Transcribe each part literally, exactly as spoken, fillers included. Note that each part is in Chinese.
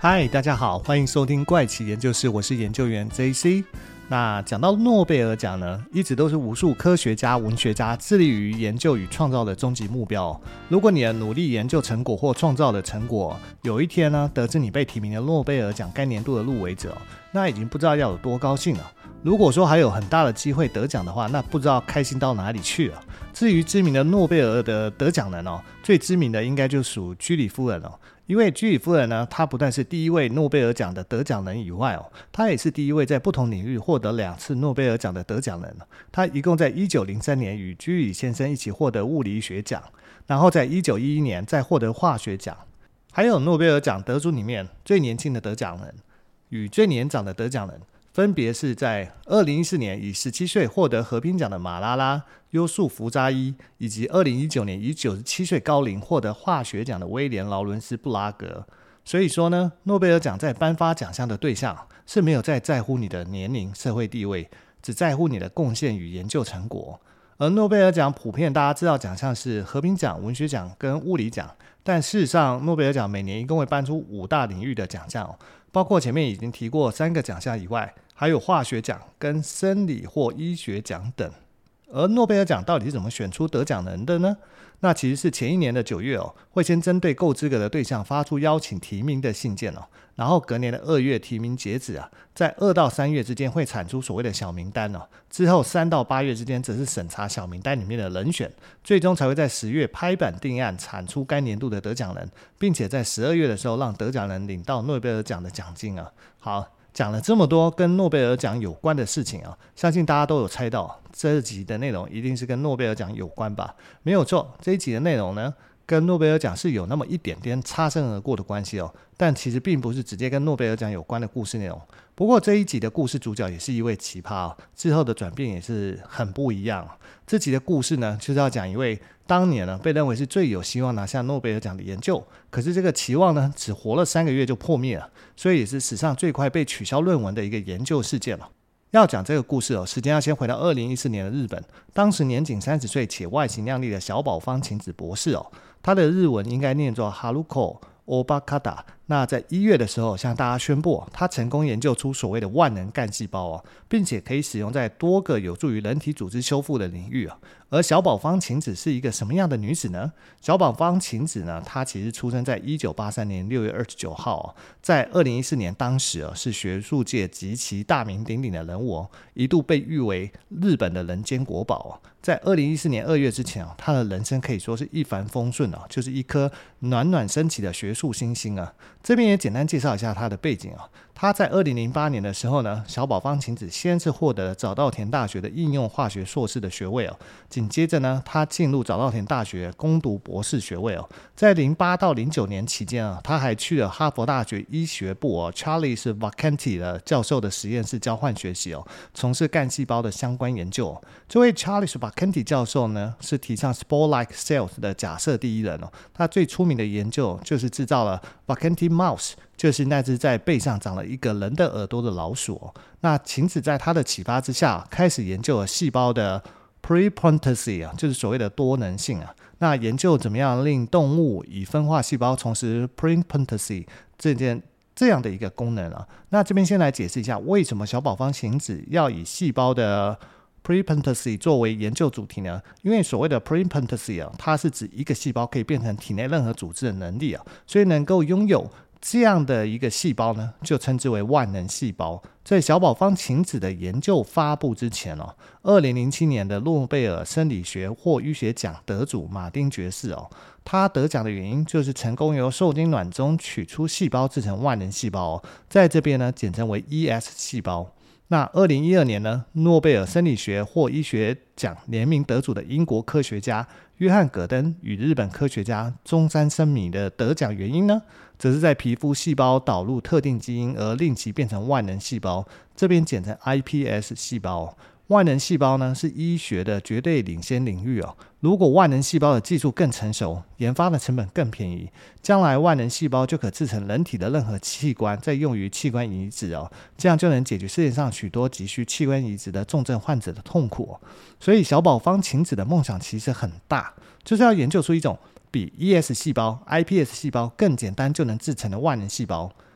嗨，大家好，欢迎收听怪奇研究室，我是研究员 J C。 那讲到诺贝尔奖呢，一直都是无数科学家、文学家致力于研究与创造的终极目标。如果你的努力研究成果或创造的成果有一天呢，得知你被提名的诺贝尔奖该年度的入围者，那已经不知道要有多高兴了。如果说还有很大的机会得奖的话，那不知道开心到哪里去了。至于知名的诺贝尔的得奖人哦，最知名的应该就属居里夫人哦。因为居里夫人呢，她不但是第一位诺贝尔奖的得奖人以外哦，她也是第一位在不同领域获得两次诺贝尔奖的得奖人。她一共在一九零三年与居里先生一起获得物理学奖，然后在一九一一年再获得化学奖。还有诺贝尔奖得主里面最年轻的得奖人与最年长的得奖人，分别是在二零一四年以十七岁获得和平奖的马拉拉·优素福扎伊，以及二零一九年以九十七岁高龄获得化学奖的威廉·劳伦斯·布拉格。所以说呢，诺贝尔奖在颁发奖项的对象是没有在在乎你的年龄、社会地位，只在乎你的贡献与研究成果。而诺贝尔奖普遍大家知道奖项是和平奖、文学奖跟物理奖，但事实上诺贝尔奖每年一共会颁出五大领域的奖项，包括前面已经提过三个奖项以外，还有化学奖跟生理或医学奖等。而诺贝尔奖到底是怎么选出得奖人的呢？那其实是前一年的九月哦，会先针对够资格的对象发出邀请提名的信件哦，然后隔年的二月提名截止啊，在二到三月之间会产出所谓的小名单哦，之后三到八月之间则是审查小名单里面的人选，最终才会在十月拍板定案，产出该年度的得奖人，并且在十二月的时候让得奖人领到诺贝尔奖的奖金啊。好，讲了这么多跟诺贝尔奖有关的事情啊，相信大家都有猜到这集的内容一定是跟诺贝尔奖有关吧？没有错，这一集的内容呢跟诺贝尔奖是有那么一点点擦身而过的关系哦，但其实并不是直接跟诺贝尔奖有关的故事内容。不过这一集的故事主角也是一位奇葩哦，之后的转变也是很不一样。这集的故事呢，就是要讲一位当年呢被认为是最有希望拿下诺贝尔奖的研究，可是这个期望呢只活了三个月就破灭了，所以也是史上最快被取消论文的一个研究事件了。要讲这个故事哦，时间要先回到二零一四年的日本，当时年仅三十岁且外形靓丽的小宝方晴子博士哦，他的日文应该念作 Haruko Obakata。 那在一月的时候向大家宣布，他成功研究出所谓的万能干细胞哦，并且可以使用在多个有助于人体组织修复的领域哦。而小宝方晴子是一个什么样的女子呢？小宝方晴子呢，她其实出生在一九八三年六月二十九号哦，在二零一四年当时哦是学术界极其大名鼎鼎的人物哦，一度被誉为日本的人间国宝哦。在二零一四年二月之前哦，她的人生可以说是一帆风顺哦，就是一颗暖暖升起的学术新星啊。这边也简单介绍一下他的背景啊。他在二零零八年的时候呢，小宝方晴子先是获得了早稻田大学的应用化学硕士的学位哦，紧接着呢，他进入早稻田大学攻读博士学位哦。在零八到零九年期間啊，他还去了哈佛大学医学部哦 Charles Vacanti 的教授的实验室交换学习哦，从事干细胞的相关研究哦。这位 Charles Vacanti 教授呢，是提倡 Spore-like cells 的假设第一人哦。他最出名的研究就是制造了 Vacanti mouse， 就是那只在背上长了一个人的耳朵的老鼠哦。那晴子在他的启发之下，开始研究了细胞的 prepotency 啊，就是所谓的多能性啊。那研究怎么样令动物以分化细胞从事 prepotency 这件这样的一个功能啊。那这边先来解释一下，为什么小宝方晴子要以细胞的prepotency 作为研究主题呢？因为所谓的 prepotency 啊，它是指一个细胞可以变成体内任何组织的能力啊，所以能够拥有这样的一个细胞呢，就称之为万能细胞。在小宝方晴子的研究发布之前哦，二零零七年的诺贝尔生理学或医学奖得主马丁爵士哦，他得奖的原因就是成功由受精卵中取出细胞制成万能细胞哦，在这边呢简称为 E S 细胞。那二零一二年呢，诺贝尔生理学或医学奖联名得主的英国科学家约翰·葛登与日本科学家中山生米的得奖原因呢，则是在皮肤细胞导入特定基因而令其变成万能细胞，这边简称 I P S 细胞。万能细胞呢是医学的绝对领先领域哦。如果万能细胞的技术更成熟，研发的成本更便宜，将来万能细胞就可制成人体的任何器官，再用于器官移植哦，这样就能解决世界上许多急需器官移植的重症患者的痛苦哦。所以小宝方晴子的梦想其实很大，就是要研究出一种比 E S 细胞、I P S 细胞更简单就能制成的万能细胞。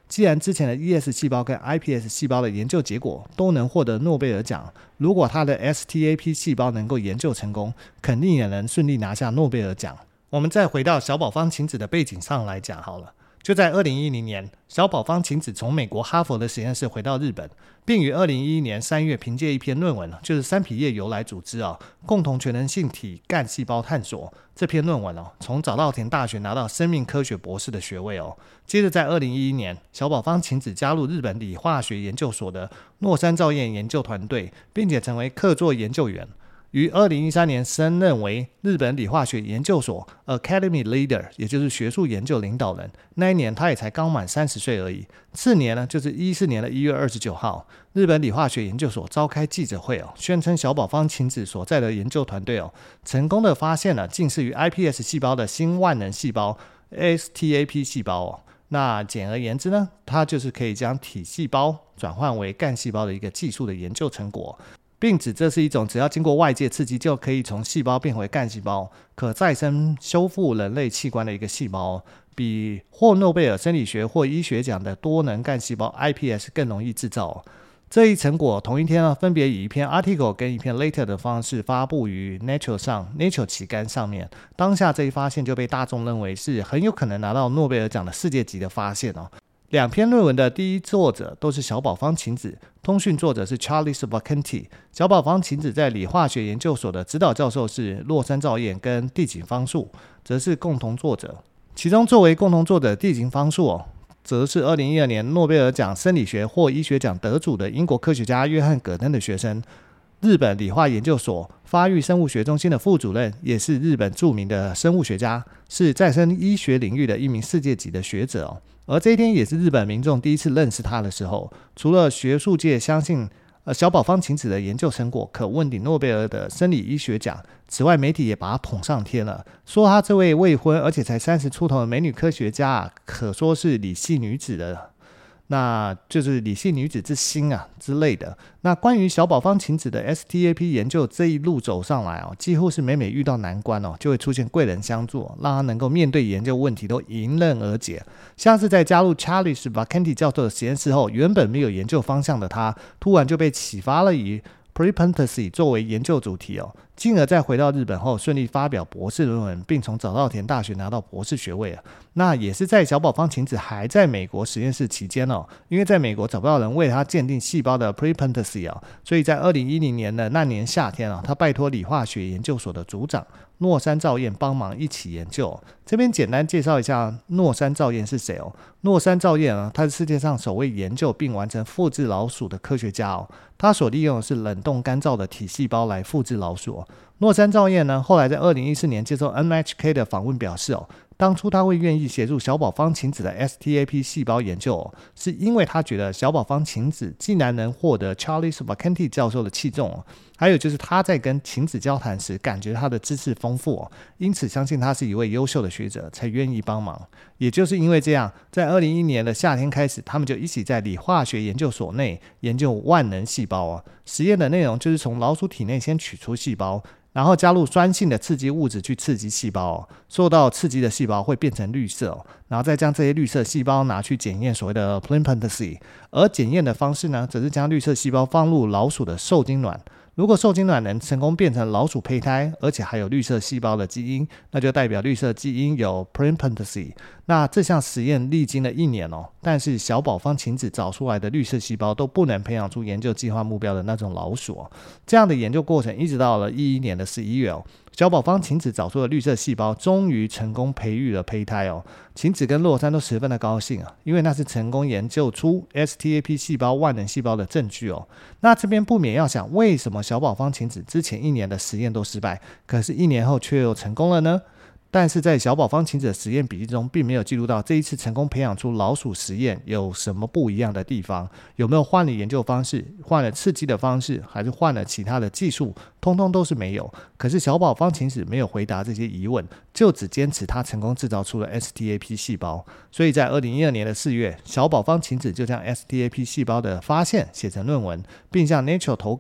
既然之前的 E S 细胞跟 I P S 细胞的研究结果都能获得诺贝尔奖，如果他的 S T A P 细胞能够研究成功，肯定也能顺利拿下诺贝尔奖。我们再回到小保方晴子的背景上来讲好了。就在二零一零年，小保方晴子从美国哈佛的实验室回到日本，并于二零一一年三月凭借一篇论文，就是三匹叶由来组织、哦、共同全能性体干细胞探索这篇论文、哦、从早稻田大学拿到生命科学博士的学位、哦、接着在二零一一年，小保方晴子加入日本理化学研究所的诺山照彦研究团队，并且成为客座研究员。于二零一三年升任为日本理化学研究所 Academy Leader， 也就是学术研究领导人。那一年他也才刚满三十岁而已。次年呢，就是一四年的一月二十九号，日本理化学研究所召开记者会、哦、宣称小保方晴子所在的研究团队、哦、成功的发现了近似于 I P S 细胞的新万能细胞 S T A P 细胞、哦、那简而言之呢，它就是可以将体细胞转换为干细胞的一个技术的研究成果，并指这是一种只要经过外界刺激就可以从细胞变回干细胞，可再生修复人类器官的一个细胞，比获诺贝尔生理学或医学奖的多能干细胞 I P S 更容易制造。这一成果同一天呢，分别以一篇 article 跟一篇 later 的方式发布于 Nature 上 Nature 期刊上面。当下这一发现就被大众认为是很有可能拿到诺贝尔奖的世界级的发现哦。两篇论文的第一作者都是小保方晴子，通讯作者是 Charles Vacanti。 小保方晴子在理化学研究所的指导教授是洛山照彦跟地井方树，则是共同作者。其中作为共同作者地井方树、哦、则是二零一二年诺贝尔奖生理学或医学奖得主的英国科学家约翰葛登的学生，日本理化研究所发育生物学中心的副主任，也是日本著名的生物学家，是再生医学领域的一名世界级的学者、哦。而这一天也是日本民众第一次认识他的时候，除了学术界相信、呃、小保方晴子的研究成果可问鼎诺贝尔的生理医学奖，此外媒体也把他捧上天了，说他这位未婚而且才三十出头的美女科学家、啊、可说是理系女子的，那就是理系女子之星啊之类的。那关于小保方晴子的 S T A P 研究这一路走上来、哦、几乎是每每遇到难关、哦、就会出现贵人相助、哦、让他能够面对研究问题都迎刃而解。像是在加入 Charles Vacanti 教授的实验室后，原本没有研究方向的他，突然就被启发了以 Pregnancy 作为研究主题、哦、进而在回到日本后顺利发表博士论文，并从早稻田大学拿到博士学位、啊、那也是在小保方晴子还在美国实验室期间、哦、因为在美国找不到人为他鉴定细胞的 Pregnancy、哦、所以在二零一零年的那年夏天、哦、他拜托理化学研究所的组长诺山照彦帮忙一起研究、哦、这边简单介绍一下诺山照彦是谁哦。诺山照彦、啊、他是世界上首位研究并完成复制老鼠的科学家哦。他所利用的是冷冻干燥的体细胞来复制老鼠、哦。诺山照彦呢，后来在二零一四年接受 N H K 的访问表示哦，当初他会愿意协助小保方晴子的 S T A P 细胞研究、哦、是因为他觉得小保方晴子既然能获得 Charles Vacanti 教授的器重、哦，还有就是他在跟晴子交谈时感觉他的知识丰富、哦、因此相信他是一位优秀的学者，才愿意帮忙。也就是因为这样，在二零一一年的夏天开始，他们就一起在理化学研究所内研究万能细胞、哦、实验的内容就是从老鼠体内先取出细胞，然后加入酸性的刺激物质去刺激细胞、哦、受到刺激的细胞会变成绿色、哦、然后再将这些绿色细胞拿去检验所谓的 Pregnancy， 而检验的方式呢，则是将绿色细胞放入老鼠的受精卵。如果受精卵能成功变成老鼠胚胎，而且还有绿色细胞的基因，那就代表绿色基因有 Pregnancy。 那这项实验历经了一年哦，但是小保方晴子找出来的绿色细胞都不能培养出研究计划目标的那种老鼠、哦、这样的研究过程一直到了一一年的十一月哦，小保方晴子找出的绿色细胞终于成功培育了胚胎哦。晴子跟洛山都十分的高兴啊，因为那是成功研究出 S T A P 细胞万能细胞的证据哦。那这边不免要想，为什么小保方晴子之前一年的实验都失败，可是一年后却又成功了呢？但是在小保方晴子的实验笔记中并没有记录到这一次成功培养出老鼠实验有什么不一样的地方，有没有换了研究方式，换了刺激的方式，还是换了其他的技术，通通都是没有。可是小保方晴子没有回答这些疑问，就只坚持他成功制造出了 S T A P 细胞。所以在二零一二年的四月，小保方晴子就将 S T A P 细胞的发现写成论文，并向 Nature 投稿，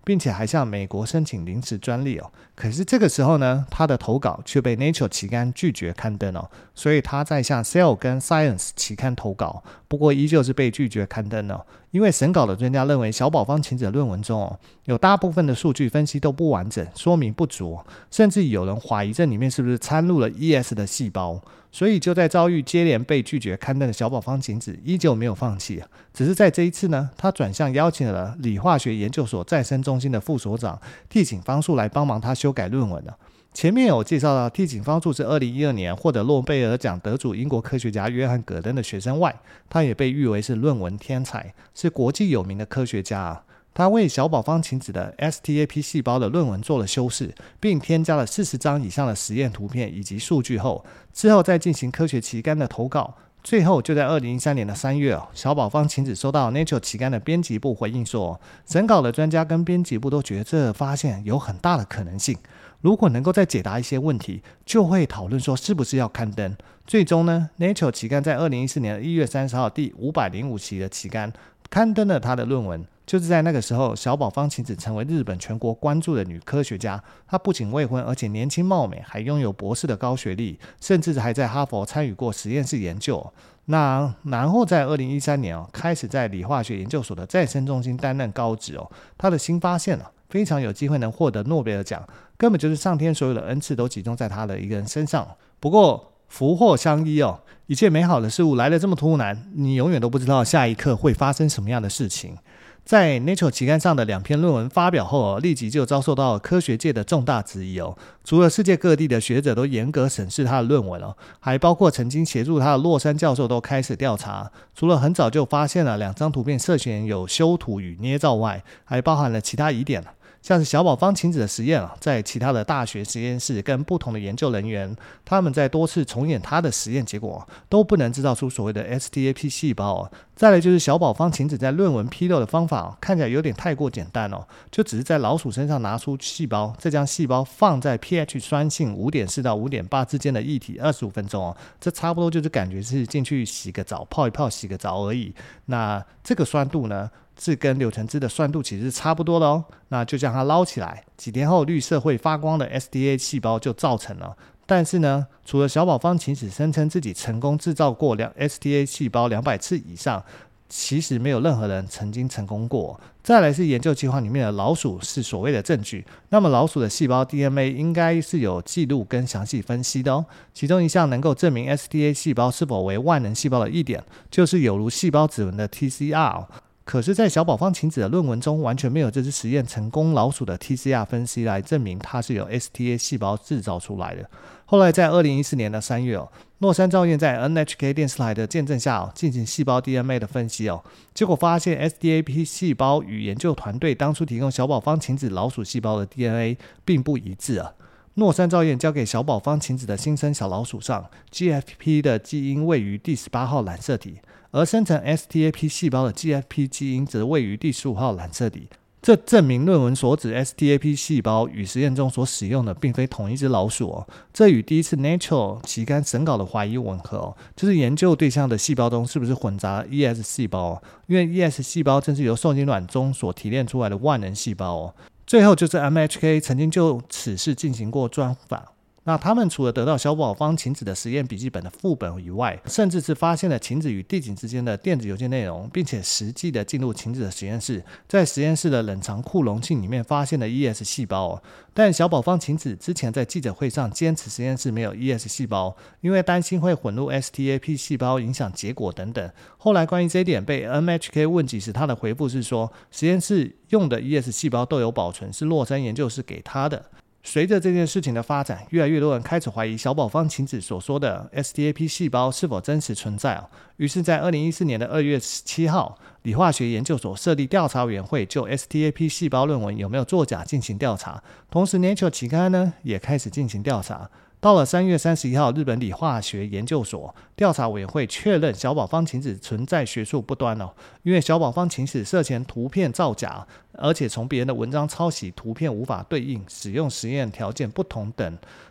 并且还向美国申请临时专利哦。可是这个时候呢，他的投稿却被 Nature 期刊拒绝刊登哦，所以他在向 Cell 跟 Science 期刊投稿，不过依旧是被拒绝刊登哦。因为审稿的专家认为小保方晴子的论文中哦，有大部分的数据分析都不完整，说明不足、哦，甚至有人怀疑这里面是不是掺入了 E S 的细胞。所以就在遭遇接连被拒绝刊登的小保方晴子依旧没有放弃、啊、只是在这一次呢，他转向邀请了理化学研究所再生中心的副所长替井方树来帮忙他修改论文、啊、前面有介绍到替井方树是二零一二年获得诺贝尔奖得主英国科学家约翰葛登的学生外，他也被誉为是论文天才，是国际有名的科学家、啊他为小保方晴子的 S T A P 细胞的论文做了修饰，并添加了四十张以上的实验图片以及数据后，之后再进行科学期刊的投稿。最后就在二零一三年的三月、哦、小保方晴子收到 Nature 期刊的编辑部回应说，审稿的专家跟编辑部都觉得这发现有很大的可能性，如果能够再解答一些问题，就会讨论说是不是要刊登。最终呢 Nature 期刊在二零一四年的一月三十号第五百零五期的期刊刊登了他的论文。就是在那个时候，小保方晴子成为日本全国关注的女科学家。她不仅未婚，而且年轻貌美，还拥有博士的高学历，甚至还在哈佛参与过实验室研究。那然后在二零一三年、哦、开始在理化学研究所的再生中心担任高职哦。她的新发现、哦、非常有机会能获得诺贝尔奖，根本就是上天所有的恩赐都集中在她的一个人身上。不过福祸相依哦，一切美好的事物来得这么突然，你永远都不知道下一刻会发生什么样的事情。在 Nature 期刊上的两篇论文发表后、哦、立即就遭受到科学界的重大质疑哦。除了世界各地的学者都严格审视他的论文哦，还包括曾经协助他的洛杉教授都开始调查。除了很早就发现了两张图片涉嫌有修图与捏造外，还包含了其他疑点，像是小保方晴子的实验、啊、在其他的大学实验室跟不同的研究人员，他们在多次重演他的实验结果、啊、都不能制造出所谓的 S T A P 细胞、啊、再来就是小保方晴子在论文披露的方法、啊、看起来有点太过简单哦，就只是在老鼠身上拿出细胞，再将细胞放在 pH 酸性 五点四 到 五点八 之间的液体二十五分钟、哦、这差不多就是感觉是进去洗个澡泡一泡洗个澡而已。那这个酸度呢是跟柳橙汁的酸度其实是差不多的哦。那就将它捞起来，几天后绿色会发光的 S T A 细胞就造成了。但是呢，除了小保方晴子声称自己成功制造过 S T A 细胞两百次以上，其实没有任何人曾经成功过。再来是研究计划里面的老鼠是所谓的证据，那么老鼠的细胞 D N A 应该是有记录跟详细分析的哦。其中一项能够证明 S T A 细胞是否为万能细胞的一点，就是有如细胞指纹的 T C R、哦。可是在小保方晴子的论文中完全没有这支实验成功老鼠的 T C R 分析来证明它是由 S T A 细胞制造出来的。后来在二零一四年的三月、哦、洛杉照院在 N H K 电视台的见证下、哦、进行细胞 D N A 的分析、哦、结果发现 S T A P 细胞与研究团队当初提供小保方晴子老鼠细胞的 D N A 并不一致啊。诺山照院交给小保方晴子的新生小老鼠上 G F P 的基因位于第十八号染色体，而生成 S T A P 细胞的 G F P 基因则位于第十五号染色体。这证明论文所指 S T A P 细胞与实验中所使用的并非同一只老鼠、哦、这与第一次 Nature 期刊审稿的怀疑吻合、哦、就是研究对象的细胞中是不是混杂 E S 细胞、哦、因为 E S 细胞正是由受精卵中所提炼出来的万能细胞、哦。最后就是 M H K 曾经就此事进行过专访，那他们除了得到小保方晴子的实验笔记本的副本以外，甚至是发现了晴子与地井之间的电子邮件内容，并且实际的进入晴子的实验室，在实验室的冷藏库容器里面发现了 E S 细胞、哦、但小保方晴子之前在记者会上坚持实验室没有 E S 细胞，因为担心会混入 S T A P 细胞影响结果等等。后来关于这一点被 M H K 问及时，他的回复是说实验室用的 E S 细胞都有保存，是洛杉研究室给他的。随着这件事情的发展，越来越多人开始怀疑小保方晴子所说的 S T A P 细胞是否真实存在、哦、于是在二零一四年的二月十七号，理化学研究所设立调查委员会，就 S T A P 细胞论文有没有作假进行调查，同时 Nature 期刊呢也开始进行调查。到了三月三十一号，日本理化学研究所调查委员会确认小保方晴子存在学术不端哦，因为小保方晴子涉嫌图片造假，而且从别人的文章抄袭，图片无法对应，使用实验条件不同等。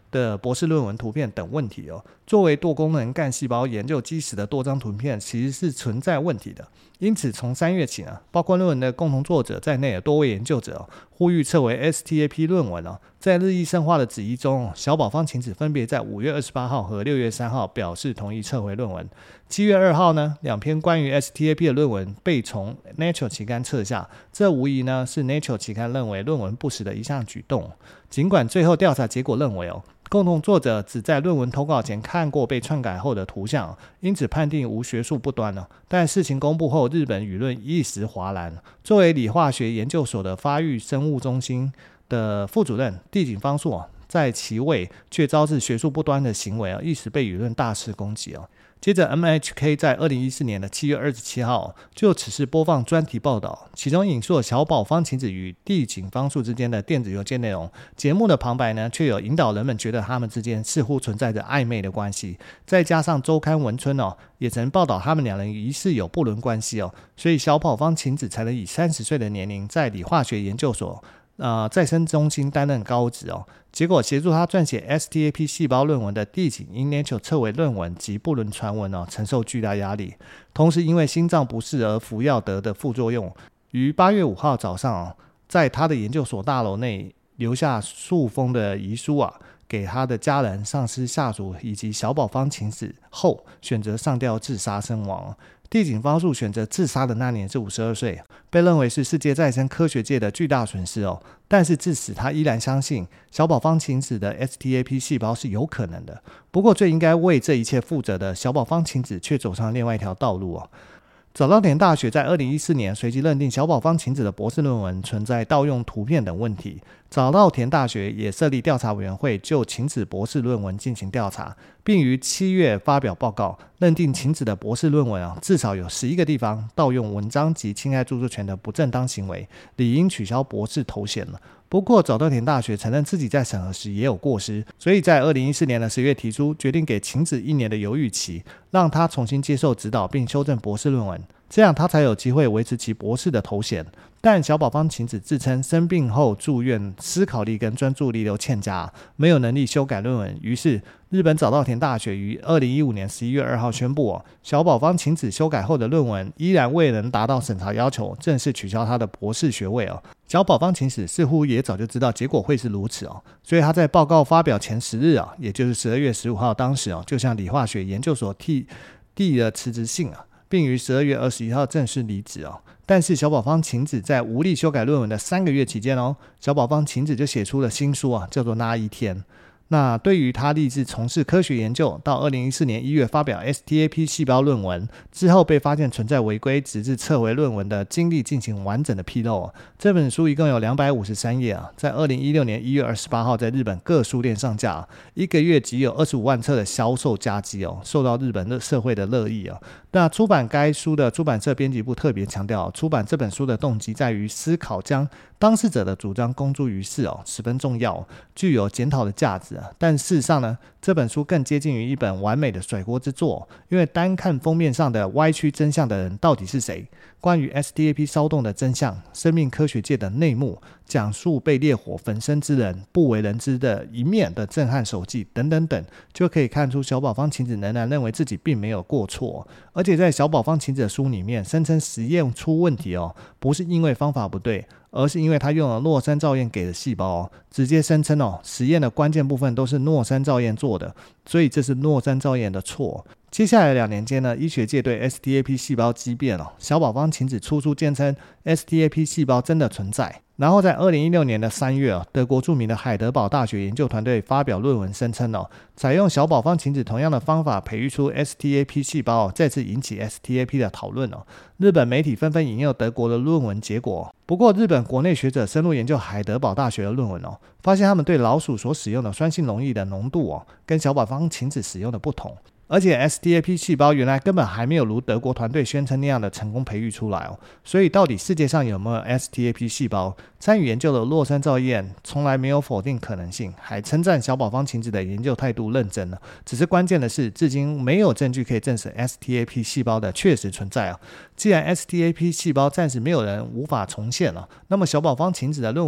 的博士论文图片等问题哦。作为多功能干细胞研究基石的多张图片其实是存在问题的，因此从三月起呢，包括论文的共同作者在内的多位研究者、哦、呼吁撤回 S T A P 论文、哦、在日益深化的质疑中、哦、小保方晴子分别在五月二十八号和六月三号表示同意撤回论文。七月二号呢，两篇关于 S T A P 的论文被从 Nature 期刊撤下，这无疑呢是 Nature 期刊认为论文不实的一项举动。尽管最后调查结果认为哦，共同作者只在论文投稿前看过被篡改后的图像，因此判定无学术不端了。但事情公布后，日本舆论一时哗然。作为理化学研究所的发育生物中心的副主任地井方树在其位却招致学术不端的行为，一时被舆论大肆攻击。接着 M H K 在二零一四年的七月二十七号就此事播放专题报道，其中引述了小保方晴子与地井方树之间的电子邮件内容。节目的旁白呢，却有引导人们觉得他们之间似乎存在着暧昧的关系。再加上周刊文春哦，也曾报道他们两人疑似有不伦关系哦，所以小保方晴子才能以三十岁的年龄在理化学研究所呃，再生中心担任高职哦。结果协助他撰写 S T A P 细胞论文的地井因 Nature 撤回论文及不伦传闻哦，承受巨大压力。同时因为心脏不适而服药得的副作用，于八月五号早上、哦、在他的研究所大楼内留下数封的遗书啊，给他的家人、上司、下属以及小保方晴子后，选择上吊自杀身亡。地井方树选择自杀的那年是五十二岁，被认为是世界再生科学界的巨大损失哦。但是至此他依然相信小保方晴子的 S T A P 细胞是有可能的。不过最应该为这一切负责的小保方晴子却走上另外一条道路哦。早稻田大学在二零一四年随即认定小保方晴子的博士论文存在盗用图片等问题，早稻田大学也设立调查委员会就晴子博士论文进行调查，并于七月发表报告，认定晴子的博士论文、啊、至少有十一个地方盗用文章及侵害著作权的不正当行为，理应取消博士头衔了。不过早稻田大学承认自己在审核时也有过失，所以在二零一四年的十月提出决定给晴子一年的犹豫期，让他重新接受指导并修正博士论文，这样他才有机会维持其博士的头衔。但小保方晴子自称生病后住院，思考力跟专注力都欠佳，没有能力修改论文。于是日本早稻田大学于二零一五年十一月二号宣布、哦、小保方晴子修改后的论文依然未能达到审查要求，正式取消他的博士学位、哦、小保方晴子似乎也早就知道结果会是如此、哦、所以他在报告发表前十日、啊、也就是十二月十五号当时、哦、就向理化学研究所递递了辞职信、啊、并于十二月二十一号正式离职、哦。但是小保方晴子在无力修改论文的三个月期间哦，小保方晴子就写出了新书啊，叫做《那一天》。那对于他立志从事科学研究，到二零一四年一月发表 S T A P 细胞论文之后被发现存在违规，直至撤回论文的经历进行完整的披露、哦、这本书一共有两百五十三页啊，在二零一六年一月二十八号在日本各书店上架、啊、一个月即有二十五万册的销售佳绩哦，受到日本的社会的热议啊。那出版该书的出版社编辑部特别强调，出版这本书的动机在于思考将当事者的主张公诸于世哦，十分重要，具有检讨的价值。但事实上呢，这本书更接近于一本完美的甩锅之作，因为单看封面上的歪曲真相的人到底是谁，关于 S T A P 骚动的真相，生命科学界的内幕，讲述被烈火焚身之人不为人知的一面的震撼手记等等等，就可以看出小保方晴子仍然认为自己并没有过错。而且在小保方晴子的书里面声称实验出问题哦，不是因为方法不对，而是因为他用了诺山照验给的细胞、哦、直接声称哦，实验的关键部分都是诺山照验做的，所以这是诺山照验的错。接下来两年间呢，医学界对 S T A P 细胞激辩哦，小保方晴子处处坚称 S T A P 细胞真的存在。然后在二零一六年的三月、哦、德国著名的海德堡大学研究团队发表论文声称哦，采用小保方晴子同样的方法培育出 S T A P 细胞、哦、再次引起 S T A P 的讨论哦。日本媒体纷纷引用德国的论文结果、哦、不过日本国内学者深入研究海德堡大学的论文哦，发现他们对老鼠所使用的酸性溶液的浓度哦，跟小保方晴子使用的不同。而且 S T A P 细胞原来根本还没有如德国团队宣称那样的成功培育出来哦，所以到底世界上有没有 S T A P 细胞？参与研究的洛杉照验从来没有否定可能性，还称赞小保方晴子的研究态度认真了。只是关键的是，至今没有证据可以证实 S T A P 细胞的确实存在啊。既然 S T A P 细胞暂时没有人无法重现了，那么小保方晴子的论文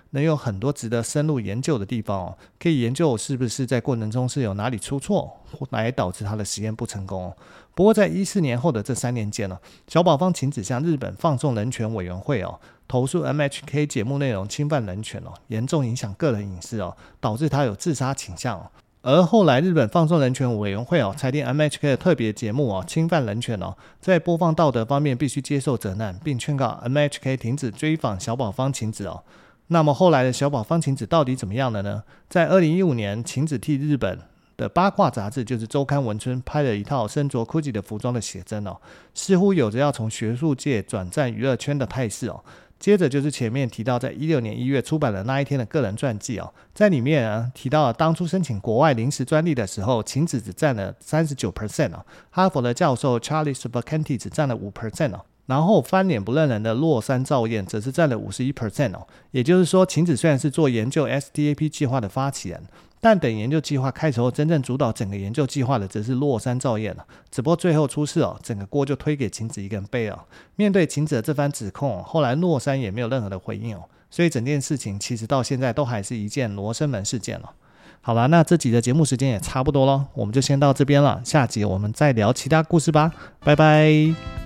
能有很多值得深入研究的地方哦，可以研究是不是在过程中是有哪里出错，来导致他的实验不成功哦。不过在一四年后的这三年间哦，小保方晴子向日本放送人权委员会哦投诉 M H K 节目内容侵犯人权哦，严重影响个人隐私哦，导致他有自杀倾向哦。而后来日本放送人权委员会哦裁定 M H K 的特别节目哦侵犯人权哦，在播放道德方面必须接受责难，并劝告 M H K 停止追访小保方晴子哦。那么后来的小保方晴子到底怎么样了呢？在二零一五年，晴子替日本的八卦杂志就是周刊文春拍了一套身着 Gucci 的服装的写真哦，似乎有着要从学术界转战娱乐圈的态势哦。接着就是前面提到在一六年一月出版的那一天的个人传记哦，在里面啊提到了当初申请国外临时专利的时候，晴子只占了 百分之三十九 哦，哈佛的教授 Charlie Spavcanti 只占了 百分之五 哦，然后翻脸不认人的洛山照彦则是占了 百分之五十一 哦。也就是说，晴子虽然是做研究 S T A P 计划的发起人，但等研究计划开始后，真正主导整个研究计划的则是洛山照彦、哦、只不过最后出事哦，整个锅就推给晴子一个人背哦。面对晴子的这番指控、哦、后来洛山也没有任何的回应哦，所以整件事情其实到现在都还是一件罗生门事件了。好了，那这集的节目时间也差不多了，我们就先到这边了，下集我们再聊其他故事吧，拜拜。